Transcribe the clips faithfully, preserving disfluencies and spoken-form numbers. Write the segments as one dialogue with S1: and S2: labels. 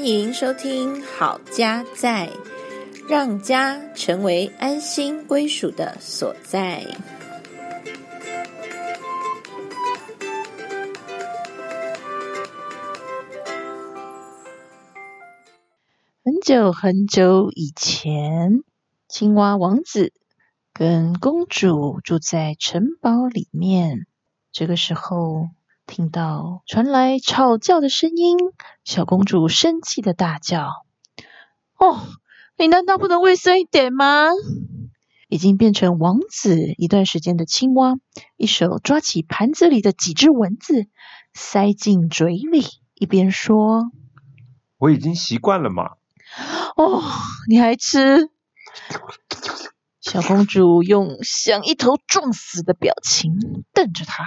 S1: 欢迎收听好家在，让家成为安心归属的所在。很久很久以前，青蛙王子跟公主住在城堡里面。这个时候听到传来吵叫的声音，小公主生气的大叫：哦，你难道不能卫生一点吗？已经变成王子一段时间的青蛙，一手抓起盘子里的几只蚊子，塞进嘴里，一边说：
S2: 我已经习惯了嘛。
S1: 哦，你还吃？小公主用像一头撞死的表情瞪着他。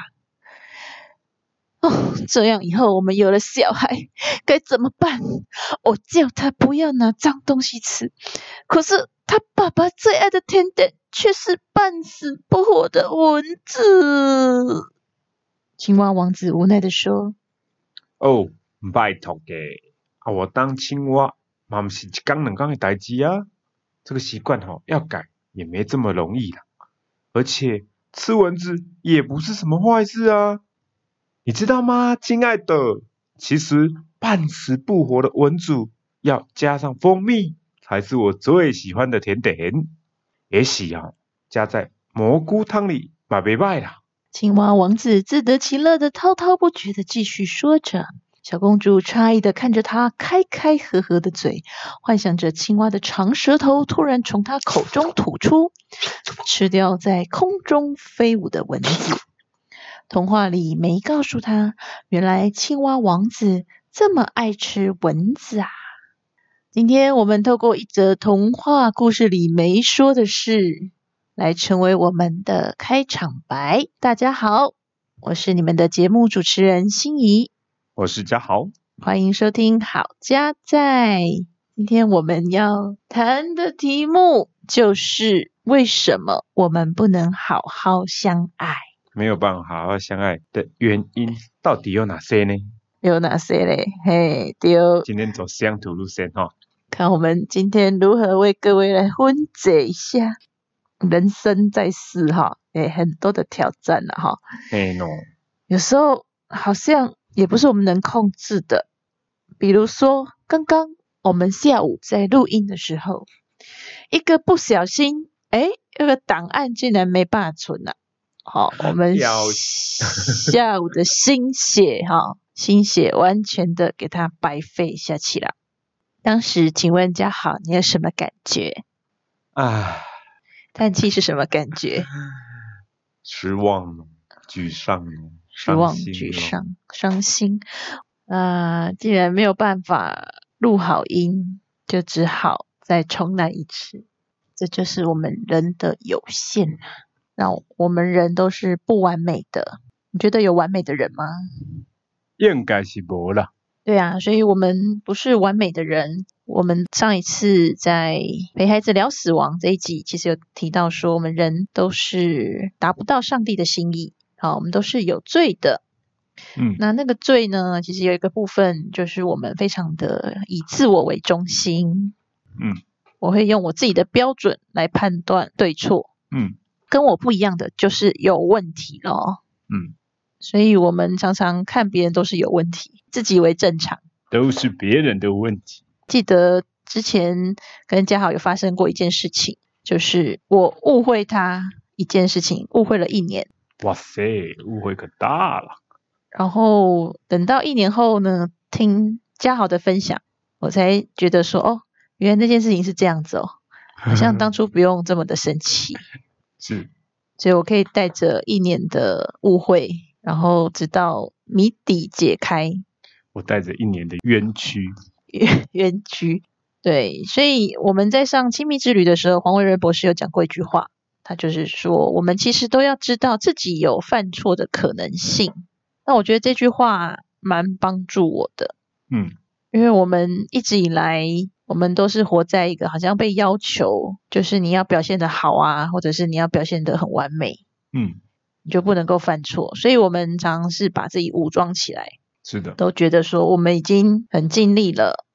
S1: 哦，这样以后我们有了小孩该怎么办？我叫他不要拿脏东西吃，可是他爸爸最爱的甜点却是半死不活的蚊子。青蛙王子无奈地说：
S2: 哦，拜托嘅，啊，我当青蛙嘛不是一天两天的代志啊，这个习惯吼要改也没这么容易啦。而且吃蚊子也不是什么坏事啊，你知道吗，亲爱的？其实半死不活的蚊子要加上蜂蜜才是我最喜欢的甜点，也许啊，加在蘑菇汤里嘛不赖啦。
S1: 青蛙王子自得其乐的滔滔不绝的继续说着。小公主诧异的看着他开开合合的嘴，幻想着青蛙的长舌头突然从他口中吐出，吃掉在空中飞舞的蚊子。童话里没告诉他，原来青蛙王子这么爱吃蚊子啊。今天我们透过一则童话故事里没说的事，来成为我们的开场白。大家好，我是你们的节目主持人心怡，
S2: 我是嘉豪，
S1: 欢迎收听好家在。今天我们要谈的题目就是为什么我们不能好好相爱？
S2: 没有办法好好相爱的原因到底有哪些呢？
S1: 有哪些嘞？嘿，对，
S2: 今天走乡土路线哈，
S1: 看我们今天如何为各位来分解一下人生在世哈，诶，很多的挑战了哈。
S2: 嘿喏，
S1: 有时候好像也不是我们能控制的，比如说刚刚我们下午在录音的时候，一个不小心，诶，那个档案竟然没办法存了。好，我们下午的心血哈，心血完全的给它白费下去了。当时请问嘉豪，你有什么感觉？
S2: 唉，
S1: 叹气是什么感觉？
S2: 失望、沮丧、
S1: 失望、
S2: 伤心
S1: 沮丧、伤心。啊、呃，既然没有办法录好音，就只好再重来一次。这就是我们人的有限啊。那我们人都是不完美的，你觉得有完美的人吗？
S2: 应该是没啦。
S1: 对啊，所以我们不是完美的人。我们上一次在陪孩子聊死亡这一集，其实有提到说，我们人都是达不到上帝的心意，好，我们都是有罪的。
S2: 嗯，
S1: 那那个罪呢，其实有一个部分就是我们非常的以自我为中心。
S2: 嗯，
S1: 我会用我自己的标准来判断对错。
S2: 嗯，
S1: 跟我不一样的就是有问题咯。
S2: 嗯，
S1: 所以我们常常看别人都是有问题，自己为正常，
S2: 都是别人的问题。
S1: 记得之前跟嘉豪有发生过一件事情，就是我误会他一件事情，误会了一年。
S2: 哇塞，误会可大了。
S1: 然后等到一年后呢，听嘉豪的分享，我才觉得说，哦，原来那件事情是这样子哦，好像当初不用这么的生气。
S2: 是，
S1: 所以我可以带着一年的误会，然后直到谜底解开。
S2: 我带着一年的冤屈。
S1: 冤屈，对，所以我们在上亲密之旅的时候，黄伟仁博士有讲过一句话，他就是说，我们其实都要知道自己有犯错的可能性。那我觉得这句话蛮帮助我的，
S2: 嗯，
S1: 因为我们一直以来，我们都是活在一个好像被要求，就是你要表现得好啊，或者是你要表现得很完美，
S2: 嗯，
S1: 你就不能够犯错，所以我们常常是把自己武装起来。
S2: 是的，
S1: 都觉得说我们已经很尽力了，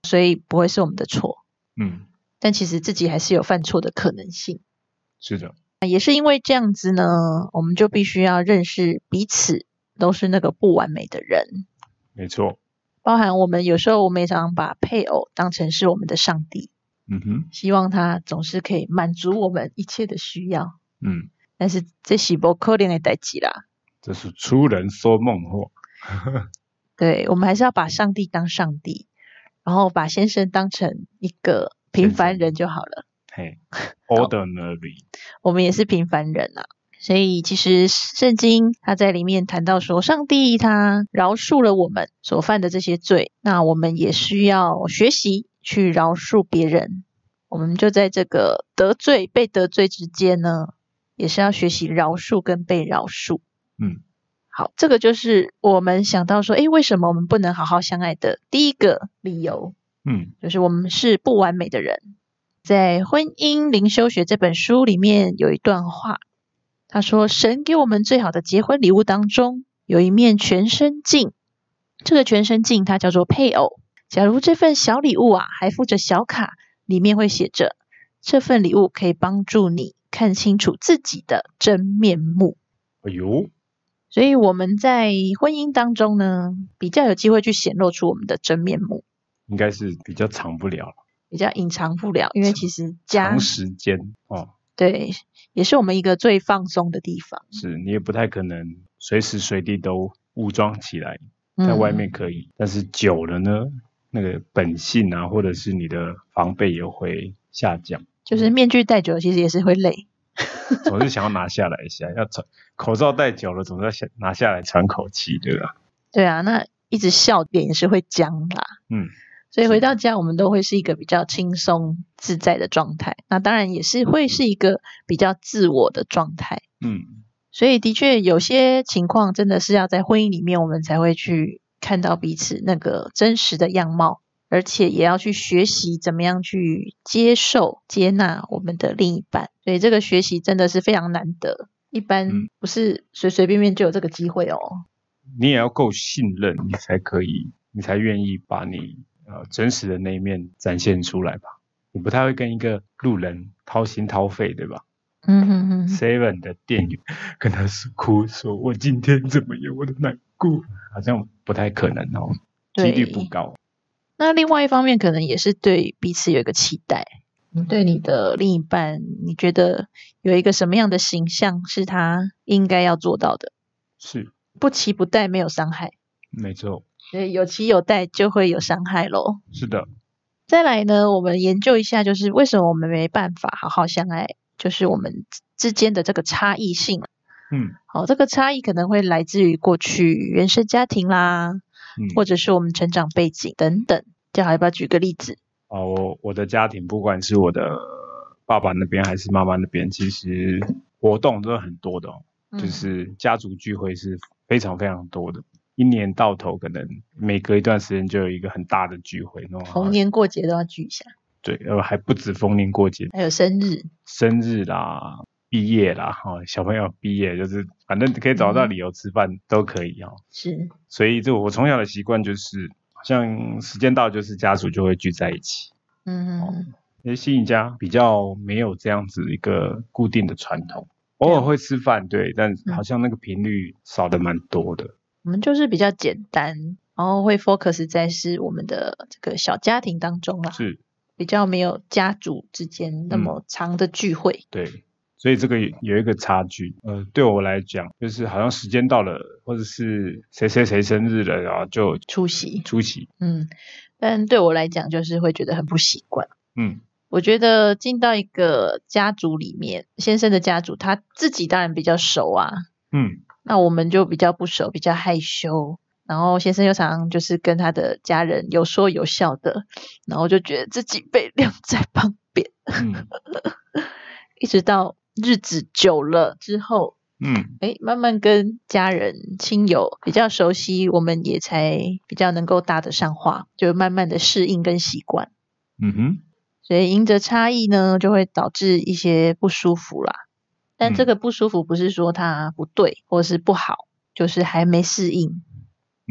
S1: 所以不会是我们的错。
S2: 嗯，
S1: 但其实自己还是有犯错的可能性。
S2: 是的，
S1: 也是因为这样子呢，我们就必须要认识彼此都是那个不完美的人。
S2: 没错。
S1: 包含我们有时候我们也常常把配偶当成是我们的上帝，
S2: 嗯哼，
S1: 希望他总是可以满足我们一切的需要。
S2: 嗯，
S1: 但是这是不可能的代志啦。
S2: 这是痴人说梦话。
S1: 对，我们还是要把上帝当上帝，然后把先生当成一个平凡人就好了。
S2: 嘿，ordinary，
S1: 我们也是平凡人啊。所以其实圣经他在里面谈到说，上帝他饶恕了我们所犯的这些罪，那我们也需要学习去饶恕别人。我们就在这个得罪被得罪之间呢，也是要学习饶恕跟被饶恕。
S2: 嗯，
S1: 好，这个就是我们想到说，诶，为什么我们不能好好相爱的第一个理由。
S2: 嗯，
S1: 就是我们是不完美的人。在《婚姻灵修学》这本书里面有一段话，他说，神给我们最好的结婚礼物当中有一面全身镜，这个全身镜它叫做配偶。假如这份小礼物啊还附着小卡，里面会写着，这份礼物可以帮助你看清楚自己的真面目。
S2: 哎呦，
S1: 所以我们在婚姻当中呢，比较有机会去显露出我们的真面目，
S2: 应该是比较长不了，
S1: 比较隐藏不了，因为其实家
S2: 长时间哦，
S1: 对，也是我们一个最放松的地方。
S2: 是你也不太可能随时随地都武装起来，在外面可以，嗯、但是久了呢，那个本性啊，或者是你的防备也会下降。
S1: 就是面具戴久了，其实也是会累。
S2: 总是想要拿下来一下，要喘口罩戴久了，总是要下拿下来喘口气，对吧？
S1: 对啊，那一直笑脸也是会僵啦。
S2: 嗯，
S1: 所以回到家，我们都会是一个比较轻松自在的状态。那当然也是会是一个比较自我的状态。
S2: 嗯，
S1: 所以的确有些情况真的是要在婚姻里面，我们才会去看到彼此那个真实的样貌。而且也要去学习怎么样去接受接纳我们的另一半，所以这个学习真的是非常难得，一般不是随随便便就有这个机会哦。
S2: 你也要够信任，你才可以，你才愿意把你呃真实的那一面展现出来吧。你不太会跟一个路人掏心掏肺，对吧？
S1: 嗯哼哼
S2: Seven 的店员跟他诉哭说，我今天怎么样，我的难过，好像不太可能哦，几率不高。
S1: 那另外一方面可能也是对彼此有一个期待，你对你的另一半，你觉得有一个什么样的形象是他应该要做到的？
S2: 是
S1: 不期不待没有伤害，
S2: 没错，
S1: 所以有期有待就会有伤害咯。
S2: 是的。
S1: 再来呢，我们研究一下就是为什么我们没办法好好相爱，就是我们之间的这个差异性。
S2: 嗯，
S1: 好，这个差异可能会来自于过去原生家庭啦，嗯、或者是我们成长背景等等。就好，要不要举个例子？
S2: 哦，我我的家庭，不管是我的爸爸那边还是妈妈那边，其实活动都很多的哦，嗯、就是家族聚会是非常非常多的，一年到头可能每隔一段时间就有一个很大的聚会，那种
S1: 逢年过节都要聚一下。
S2: 对，呃，还不止逢年过节，
S1: 还有生日、
S2: 生日啦、毕业啦，哈、哦，小朋友毕业就是反正可以找到理由吃饭、嗯、都可以哦。
S1: 是，
S2: 所以这我从小的习惯就是。像时间到，就是家族就会聚在一起。嗯，哦，因为新颖家比较没有这样子一个固定的传统，偶尔会吃饭，对，但好像那个频率少的蛮多的。
S1: 我们就是比较简单，然后会 focus 在是我们的这个小家庭当中啦，
S2: 是
S1: 比较没有家族之间那么长的聚会。
S2: 嗯、对。所以这个有一个差距，呃，对我来讲，就是好像时间到了，或者是谁谁谁生日了，然后就
S1: 出席
S2: 出席，
S1: 嗯，但对我来讲，就是会觉得很不习惯，
S2: 嗯，
S1: 我觉得进到一个家族里面，先生的家族，他自己当然比较熟啊，
S2: 嗯，
S1: 那我们就比较不熟，比较害羞，然后先生又常常就是跟他的家人有说有笑的，然后就觉得自己被晾在旁边，嗯，一直到。日子久了之后，嗯，诶，慢慢跟家人亲友比较熟悉，我们也才比较能够搭得上话，就慢慢的适应跟习惯。嗯哼，所以因着差异呢，就会导致一些不舒服啦。但这个不舒服不是说它不对或是不好，就是还没适应。
S2: 嗯，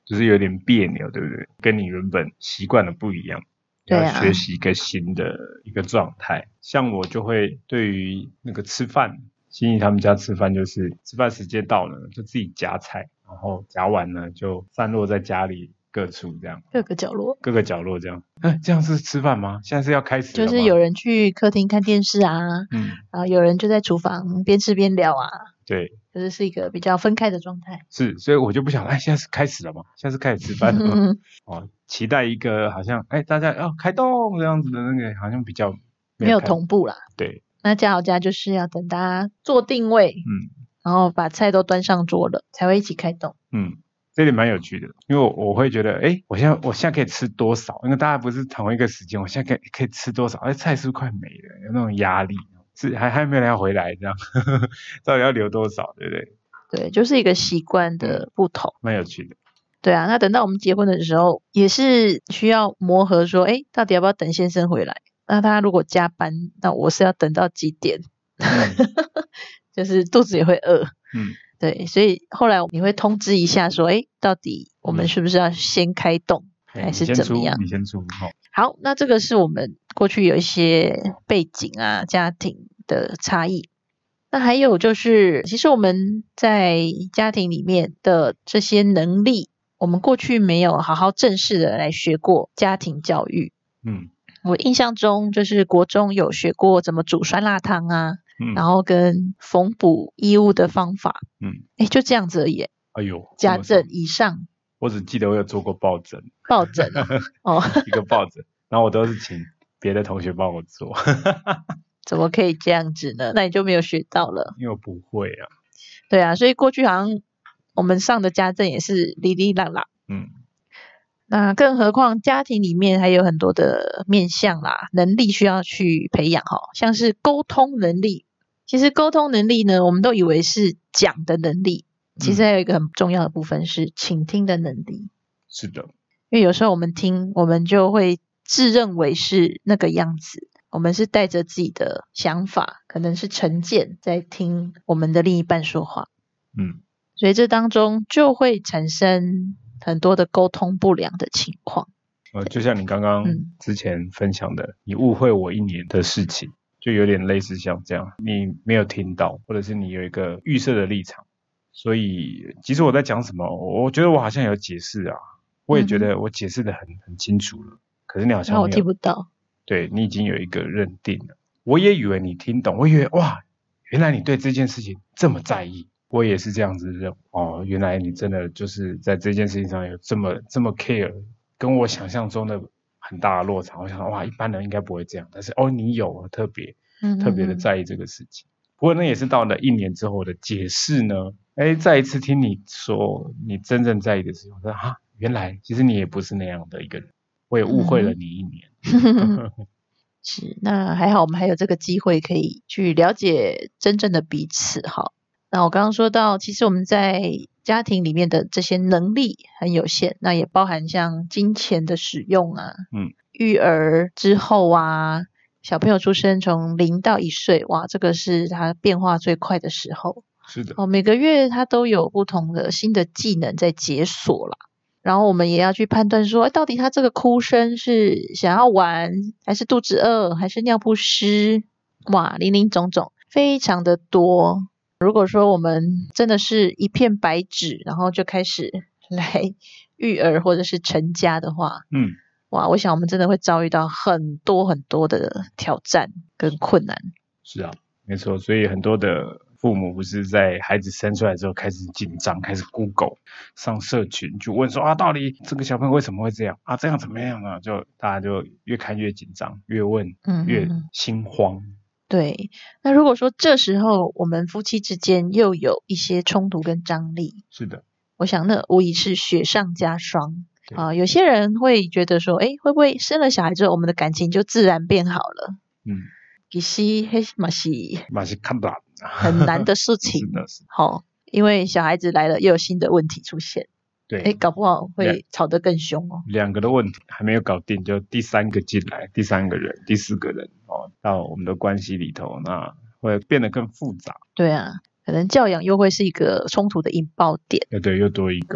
S2: 就是有点别扭，对不对？跟你原本习惯的不一样。
S1: 对啊，
S2: 要学习一个新的一个状态。像我就会对于那个吃饭，心怡他们家吃饭就是吃饭时间到了就自己夹菜，然后夹完呢就散落在家里各处这样，
S1: 各个角落，
S2: 各个角落这样。哎，这样是吃饭吗？现在是要开始了吗？
S1: 就是有人去客厅看电视啊，
S2: 嗯，
S1: 然后有人就在厨房边吃边聊啊。
S2: 对，
S1: 就是是一个比较分开的状态。
S2: 是，所以我就不想，哎，现在是开始了吗？现在是开始吃饭了吗？哦，期待一个好像，哎，大家要、哦、开动这样子的那个，好像比较
S1: 没有同步啦。
S2: 对，
S1: 那家好家就是要等大家做定位，
S2: 嗯，
S1: 然后把菜都端上桌了，才会一起开动。
S2: 嗯，这点蛮有趣的，因为我我会觉得，哎，我现在我现在可以吃多少？因为大家不是同一个时间，我现在可以可以吃多少？哎，菜是不是快没了？有那种压力，是还还没有人要回来，这样呵呵到底要留多少？对不对？
S1: 对，就是一个习惯的不同，
S2: 蛮有趣的。
S1: 对啊，那等到我们结婚的时候，也是需要磨合，说，哎，到底要不要等先生回来？那他如果加班，那我是要等到几点？嗯、就是肚子也会饿。
S2: 嗯，
S1: 对，所以后来你会通知一下说，哎，到底我们是不是要先开动，嗯、还是怎么样？
S2: 你先出，你先出。哦、
S1: 好，那这个是我们过去有一些背景啊、家庭的差异。那还有就是，其实我们在家庭里面的这些能力，我们过去没有好好正式的来学过家庭教育。
S2: 嗯，
S1: 我印象中就是国中有学过怎么煮酸辣汤啊，嗯、然后跟缝补衣物的方法。嗯，诶，就这样子而已。
S2: 哎呦，
S1: 家政以上，
S2: 我只记得我有做过抱枕。
S1: 抱枕哦，哦
S2: 一个抱枕，然后我都是请别的同学帮我做。
S1: 怎么可以这样子呢？那你就没有学到了。
S2: 因为我不会啊。
S1: 对啊，所以过去好像我们上的家政也是哩哩啦啦。嗯，那更何况家庭里面还有很多的面向啦，能力需要去培养哈，像是沟通能力。其实沟通能力呢，我们都以为是讲的能力，其实还有一个很重要的部分是倾听的能力。
S2: 是的，
S1: 因为有时候我们听，我们就会自认为是那个样子。我们是带着自己的想法，可能是成见，在听我们的另一半说话。嗯，所以这当中就会产生很多的沟通不良的情况。
S2: 呃，就像你刚刚之前分享的，嗯、你误会我一年的事情，就有点类似像这样，你没有听到，或者是你有一个预设的立场，所以其实我在讲什么，我觉得我好像有解释啊，我也觉得我解释的很很清楚了，可是你好像没有，
S1: 我听不到。
S2: 对，你已经有一个认定了，我也以为你听懂，我以为哇，原来你对这件事情这么在意，我也是这样子认哦，原来你真的就是在这件事情上有这么这么 care， 跟我想象中的很大的落差。我想哇，一般人应该不会这样，但是哦，你有特别特别的在意这个事情。嗯嗯嗯，不过那也是到了一年之后的解释呢，哎，再一次听你说你真正在意的事情，我说啊，原来其实你也不是那样的一个人。我也误会了你一年。
S1: 嗯、是，那还好我们还有这个机会可以去了解真正的彼此哈。那我刚刚说到，其实我们在家庭里面的这些能力很有限，那也包含像金钱的使用啊，嗯，育儿之后啊，小朋友出生从零到一岁，哇，这个是他变化最快的时候。
S2: 是的，
S1: 哦，每个月他都有不同的新的技能在解锁啦。然后我们也要去判断说，到底他这个哭声是想要玩，还是肚子饿，还是尿不湿？哇，林林总总，非常的多。如果说我们真的是一片白纸，然后就开始来育儿或者是成家的话，嗯，哇，我想我们真的会遭遇到很多很多的挑战跟困难。
S2: 是啊，没错，所以很多的父母不是在孩子生出来之后开始紧张，开始 Google 上社群就问说啊，到底这个小朋友为什么会这样啊？这样怎么样啊？就大家就越看越紧张，越问越心慌。嗯嗯，
S1: 对，那如果说这时候我们夫妻之间又有一些冲突跟张力，
S2: 是的，
S1: 我想那无疑是雪上加霜啊、呃。有些人会觉得说，诶，会不会生了小孩之后，我们的感情就自然变好了？嗯。其实那是嘛是
S2: 嘛是看不到
S1: 很难的事情，
S2: 是的，是的，
S1: 好，因为小孩子来了，又有新的问题出现，
S2: 对，
S1: 哎，搞不好会吵得更凶哦。
S2: 两个的问题还没有搞定，就第三个进来，第三个人，第四个人哦，到我们的关系里头，那会变得更复杂。
S1: 对啊，可能教养又会是一个冲突的引爆点。
S2: 对对，又多一个。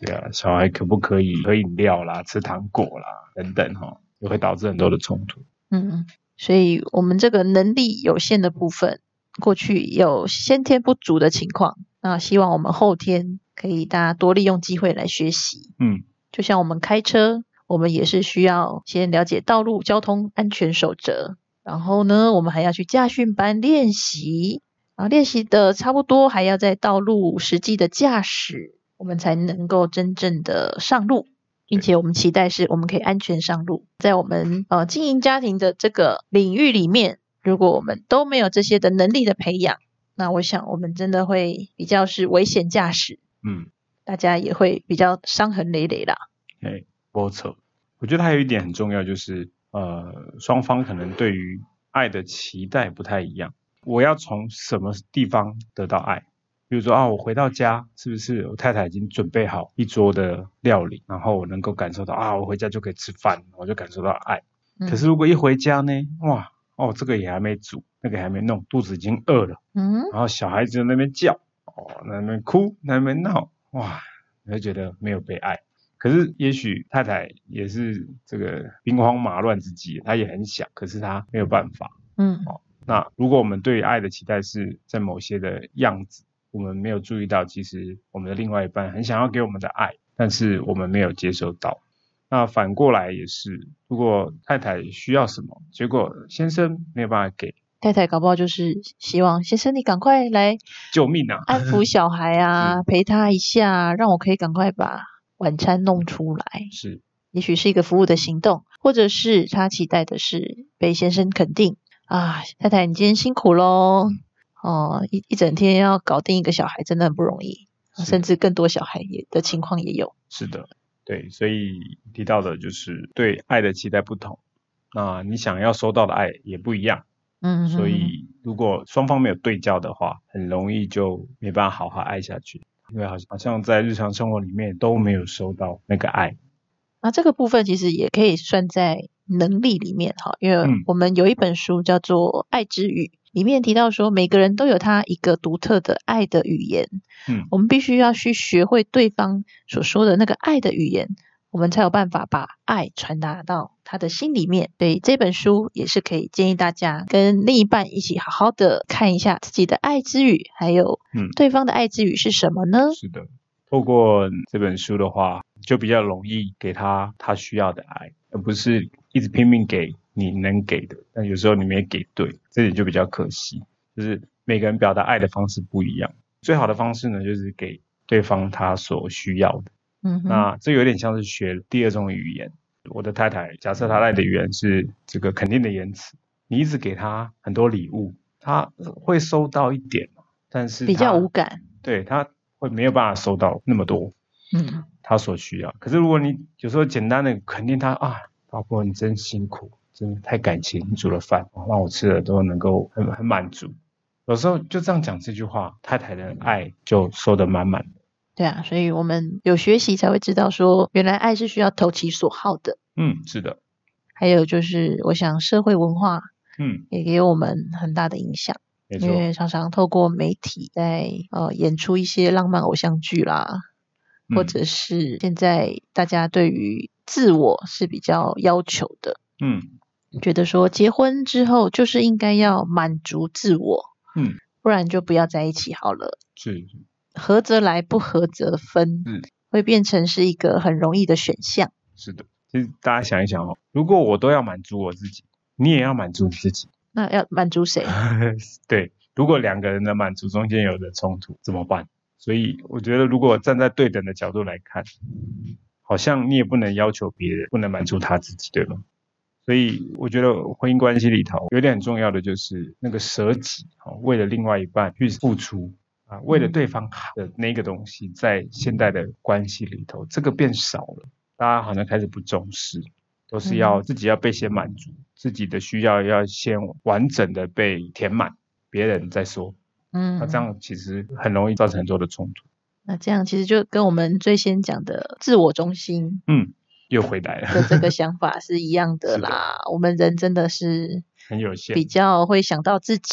S2: 对啊，小孩可不可以喝饮料啦、吃糖果啦等等哈、哦，也会导致很多的冲突。
S1: 嗯，所以我们这个能力有限的部分，过去有先天不足的情况，那希望我们后天可以大家多利用机会来学习。
S2: 嗯，
S1: 就像我们开车，我们也是需要先了解道路交通安全守则，然后呢，我们还要去驾训班练习，然后练习的差不多，还要在道路实际的驾驶，我们才能够真正的上路，并且我们期待是我们可以安全上路。在我们呃经营家庭的这个领域里面，如果我们都没有这些的能力的培养，那我想我们真的会比较是危险驾驶，
S2: 嗯，
S1: 大家也会比较伤痕累累啦。
S2: 哎，没错。我觉得还有一点很重要，就是呃，双方可能对于爱的期待不太一样。我要从什么地方得到爱？比如说啊，我回到家，是不是我太太已经准备好一桌的料理，然后我能够感受到啊，我回家就可以吃饭，我就感受到爱。
S1: 嗯、
S2: 可是如果一回家呢，哇，哦，这个也还没煮，那个还没弄，肚子已经饿了，
S1: 嗯，
S2: 然后小孩子在那边叫，哦，在那边哭，在那边闹，哇，你会觉得没有被爱。可是也许太太也是这个兵荒马乱之际，她也很想，可是她没有办法。
S1: 嗯，
S2: 哦，那如果我们对于爱的期待是在某些的样子，我们没有注意到，其实我们的另外一半很想要给我们的爱，但是我们没有接收到。那反过来也是，如果太太需要什么，结果先生没有办法给，
S1: 太太搞不好就是希望先生你赶快来
S2: 救命啊！
S1: 安抚小孩啊，陪他一下，让我可以赶快把晚餐弄出来。
S2: 是，
S1: 也许是一个服务的行动，或者是他期待的是被先生肯定啊，太太你今天辛苦咯哦，一一整天要搞定一个小孩真的很不容易，甚至更多小孩也的情况也有。
S2: 是的，对，所以提到的就是对爱的期待不同，那你想要收到的爱也不一样。
S1: 嗯，
S2: 所以如果双方没有对焦的话，很容易就没办法好好爱下去，因为好好像在日常生活里面都没有收到那个爱。
S1: 那这个部分其实也可以算在能力里面哈，因为我们有一本书叫做《爱之语》，里面提到说每个人都有他一个独特的爱的语言，嗯，我们必须要去学会对方所说的那个爱的语言，我们才有办法把爱传达到他的心里面。所以这本书也是可以建议大家跟另一半一起好好的看一下自己的爱之语，还有对方的爱之语是什么呢？
S2: 嗯、是的，透过这本书的话，就比较容易给他他需要的爱，而不是一直拼命给你能给的，但有时候你没给对，这点就比较可惜。就是每个人表达爱的方式不一样，最好的方式呢，就是给对方他所需要的。嗯，那这有点像是学第二种语言。我的太太，假设她爱的语言是这个肯定的言辞，你一直给她很多礼物，她会收到一点，但是
S1: 比较无感，
S2: 对，她会没有办法收到那么多，嗯，她所需要。可是如果你有时候简单的肯定她啊，老婆你真辛苦，真的太感谢你煮了饭，让我吃了都能够很很满足。有时候就这样讲这句话，太太的爱就收得满满的。
S1: 对啊，所以我们有学习才会知道说，原来爱是需要投其所好的。
S2: 嗯，是的。
S1: 还有就是，我想社会文化，嗯，也给我们很大的影响。
S2: 没错。
S1: 因为常常透过媒体在呃演出一些浪漫偶像剧啦，嗯、或者是现在大家对于自我是比较要求的。嗯，觉得说结婚之后就是应该要满足自我，嗯，不然就不要在一起好了。
S2: 是。
S1: 合则来，不合则分，嗯，会变成是一个很容易的选项。
S2: 是的，其实大家想一想哦，如果我都要满足我自己，你也要满足你自己，
S1: 那要满足谁？
S2: 对，如果两个人的满足中间有了冲突怎么办？所以我觉得，如果站在对等的角度来看，好像你也不能要求别人不能满足他自己，对吗？所以我觉得婚姻关系里头有点很重要的就是那个舍己，为了另外一半去付出。啊，为了对方好的那个东西，在现代的关系里头，这个变少了，大家好像开始不重视，都是要自己要被先满足，嗯、自己的需要要先完整的被填满，别人再说。嗯，那这样其实很容易造成很多的冲突。
S1: 那这样其实就跟我们最先讲的自我中心，
S2: 嗯，又回来了
S1: 的这个想法是一样的啦。的我们人真的是
S2: 很有限，
S1: 比较会想到自己。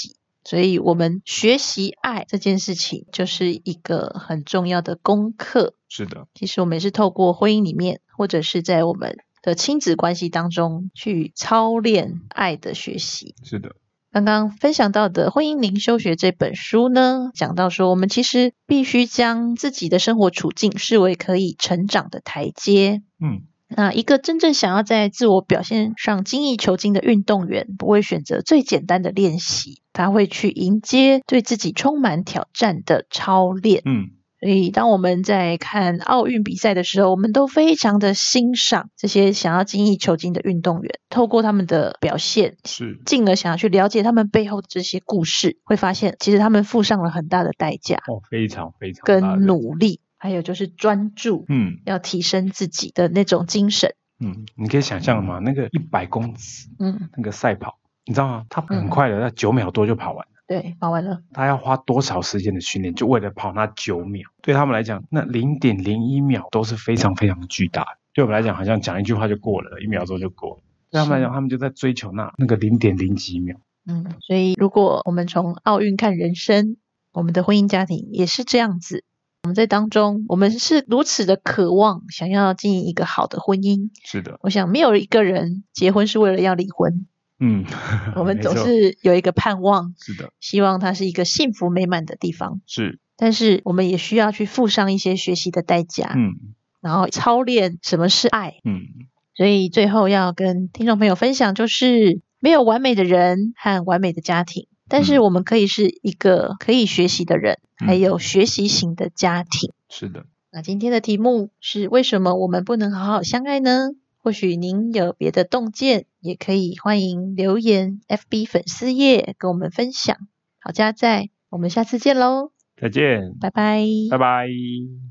S1: 所以我们学习爱这件事情就是一个很重要的功课。
S2: 是的，
S1: 其实我们也是透过婚姻里面，或者是在我们的亲子关系当中去操练爱的学习。
S2: 是的。
S1: 刚刚分享到的《婚姻灵修学》这本书呢，讲到说我们其实必须将自己的生活处境视为可以成长的台阶。
S2: 嗯，
S1: 那一个真正想要在自我表现上精益求精的运动员，不会选择最简单的练习，他会去迎接对自己充满挑战的操练。
S2: 嗯，
S1: 所以当我们在看奥运比赛的时候，我们都非常的欣赏这些想要精益求精的运动员，透过他们的表现，
S2: 是
S1: 进而想要去了解他们背后的这些故事，会发现其实他们付上了很大的代价，
S2: 哦，非常非常大的
S1: 跟努力，还有就是专注，
S2: 嗯，
S1: 要提升自己的那种精神。
S2: 嗯，你可以想象吗？那个一百公尺，
S1: 嗯，
S2: 那个赛跑，你知道吗？他很快的，在九秒多就跑完了。
S1: 对，跑完了。
S2: 他要花多少时间的训练，就为了跑那九秒？对他们来讲，那零点零一秒都是非常非常巨大的。对我们来讲，好像讲一句话就过了，一秒钟就过了。对他们来讲，他们就在追求那那个零点零几秒。
S1: 嗯，所以如果我们从奥运看人生，我们的婚姻家庭也是这样子。我们在当中，我们是如此的渴望想要经营一个好的婚姻。
S2: 是的，
S1: 我想没有一个人结婚是为了要离婚。
S2: 嗯，
S1: 我们总是有一个盼望，
S2: 是的，
S1: 希望它是一个幸福美满的地方。
S2: 是，
S1: 但是我们也需要去付上一些学习的代价，
S2: 嗯，
S1: 然后操练什么是爱。
S2: 嗯，
S1: 所以最后要跟听众朋友分享，就是没有完美的人和完美的家庭，但是我们可以是一个可以学习的人，
S2: 嗯、
S1: 还有学习型的家庭。
S2: 是的。
S1: 那今天的题目是为什么我们不能好好相爱呢？或许您有别的洞见，也可以欢迎留言 F B 粉丝页跟我们分享。好家在，我们下次见喽，
S2: 再见，
S1: 拜拜，
S2: 拜拜。